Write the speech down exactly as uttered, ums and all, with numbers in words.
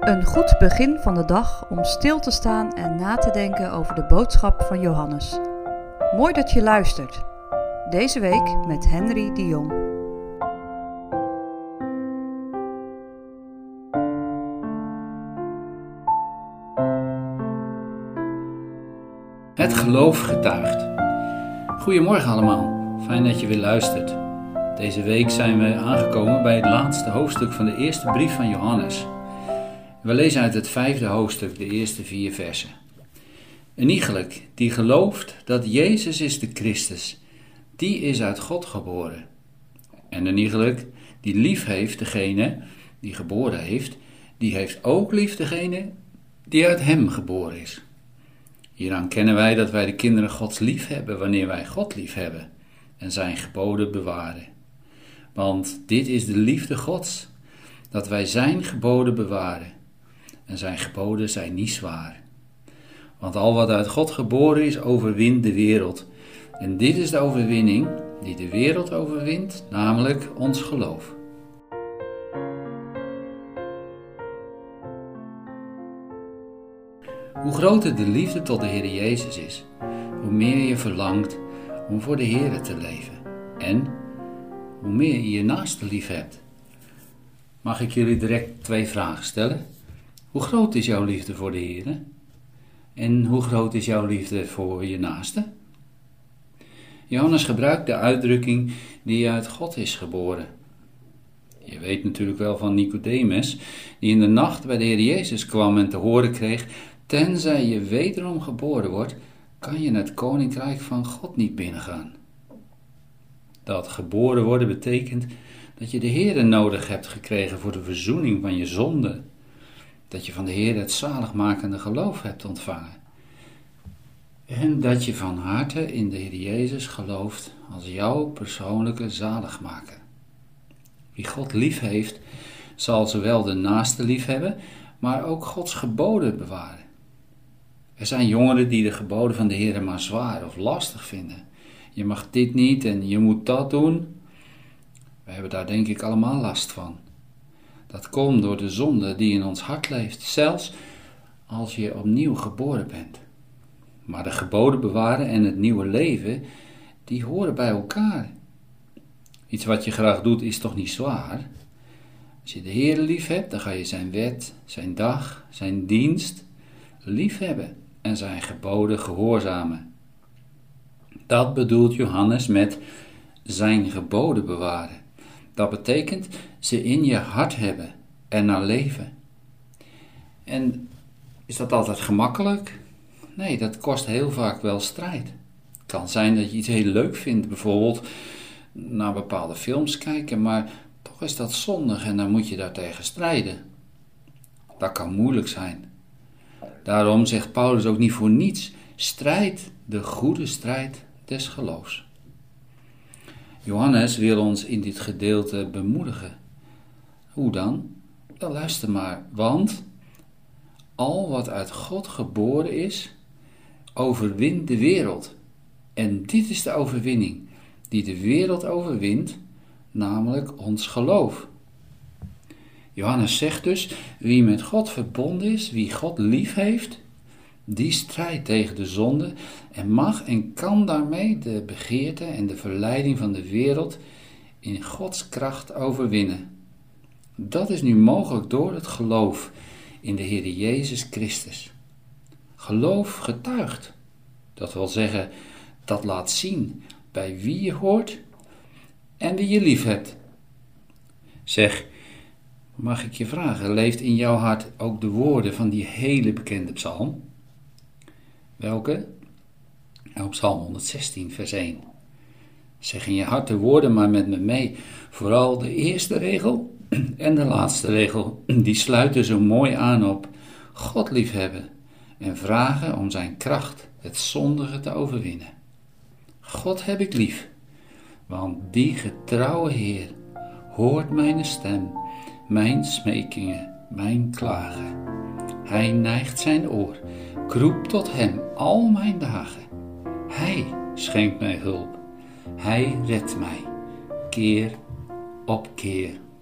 Een goed begin van de dag om stil te staan en na te denken over de boodschap van Johannes. Mooi dat je luistert. Deze week met Henry de Jong. Het geloof getuigt. Goedemorgen allemaal, fijn dat je weer luistert. Deze week zijn we aangekomen bij het laatste hoofdstuk van de eerste brief van Johannes. We lezen uit het vijfde hoofdstuk de eerste vier versen. Een iegelijk die gelooft dat Jezus is de Christus, die is uit God geboren. En een iegelijk die lief heeft degene die geboren heeft, die heeft ook lief degene die uit hem geboren is. Hieraan kennen wij dat wij de kinderen Gods lief hebben wanneer wij God lief hebben en zijn geboden bewaren. Want dit is de liefde Gods, dat wij zijn geboden bewaren. En zijn geboden zijn niet zwaar. Want al wat uit God geboren is, overwint de wereld. En dit is de overwinning die de wereld overwint, namelijk ons geloof. Hoe groter de liefde tot de Heer Jezus is, hoe meer je verlangt om voor de Heer te leven. En hoe meer je je naaste lief hebt. Mag ik jullie direct twee vragen stellen? Hoe groot is jouw liefde voor de Heer? En hoe groot is jouw liefde voor je naaste? Johannes gebruikt de uitdrukking die uit God is geboren. Je weet natuurlijk wel van Nicodemus, die in de nacht bij de Heer Jezus kwam en te horen kreeg: tenzij je wederom geboren wordt, kan je het koninkrijk van God niet binnengaan. Dat geboren worden betekent dat je de Heer nodig hebt gekregen voor de verzoening van je zonde. Dat je van de Heer het zaligmakende geloof hebt ontvangen. En dat je van harte in de Heer Jezus gelooft als jouw persoonlijke zaligmaker. Wie God lief heeft, zal zowel de naaste lief hebben, maar ook Gods geboden bewaren. Er zijn jongeren die de geboden van de Heer maar zwaar of lastig vinden. Je mag dit niet en je moet dat doen. We hebben daar denk ik allemaal last van. Dat komt door de zonde die in ons hart leeft, zelfs als je opnieuw geboren bent. Maar de geboden bewaren en het nieuwe leven, die horen bij elkaar. Iets wat je graag doet is toch niet zwaar? Als je de Heer lief hebt, dan ga je zijn wet, zijn dag, zijn dienst lief hebben en zijn geboden gehoorzamen. Dat bedoelt Johannes met zijn geboden bewaren. Dat betekent ze in je hart hebben en naar leven. En is dat altijd gemakkelijk? Nee, dat kost heel vaak wel strijd. Het kan zijn dat je iets heel leuk vindt, bijvoorbeeld naar bepaalde films kijken, maar toch is dat zondig en dan moet je daartegen strijden. Dat kan moeilijk zijn. Daarom zegt Paulus ook niet voor niets: strijd de goede strijd des geloofs. Johannes wil ons in dit gedeelte bemoedigen. Hoe dan? Dan luister maar, want al wat uit God geboren is, overwint de wereld. En dit is de overwinning die de wereld overwint, namelijk ons geloof. Johannes zegt dus, wie met God verbonden is, wie God lief heeft, die strijdt tegen de zonde en mag en kan daarmee de begeerte en de verleiding van de wereld in Gods kracht overwinnen. Dat is nu mogelijk door het geloof in de Heer Jezus Christus. Geloof getuigt. Dat wil zeggen, dat laat zien bij wie je hoort en wie je lief hebt. Zeg, mag ik je vragen, leeft in jouw hart ook de woorden van die hele bekende psalm? Welke? Nou, Psalm honderdzestien, vers één. Zeg in je hart de woorden maar met me mee. Vooral de eerste regel en de laatste regel, die sluiten zo mooi aan op God liefhebben en vragen om zijn kracht het zondige te overwinnen. God heb ik lief, want die getrouwe Heer hoort mijn stem, mijn smekingen, mijn klagen. Hij neigt zijn oor, ik roep tot hem al mijn dagen. Hij schenkt mij hulp, hij redt mij, keer op keer.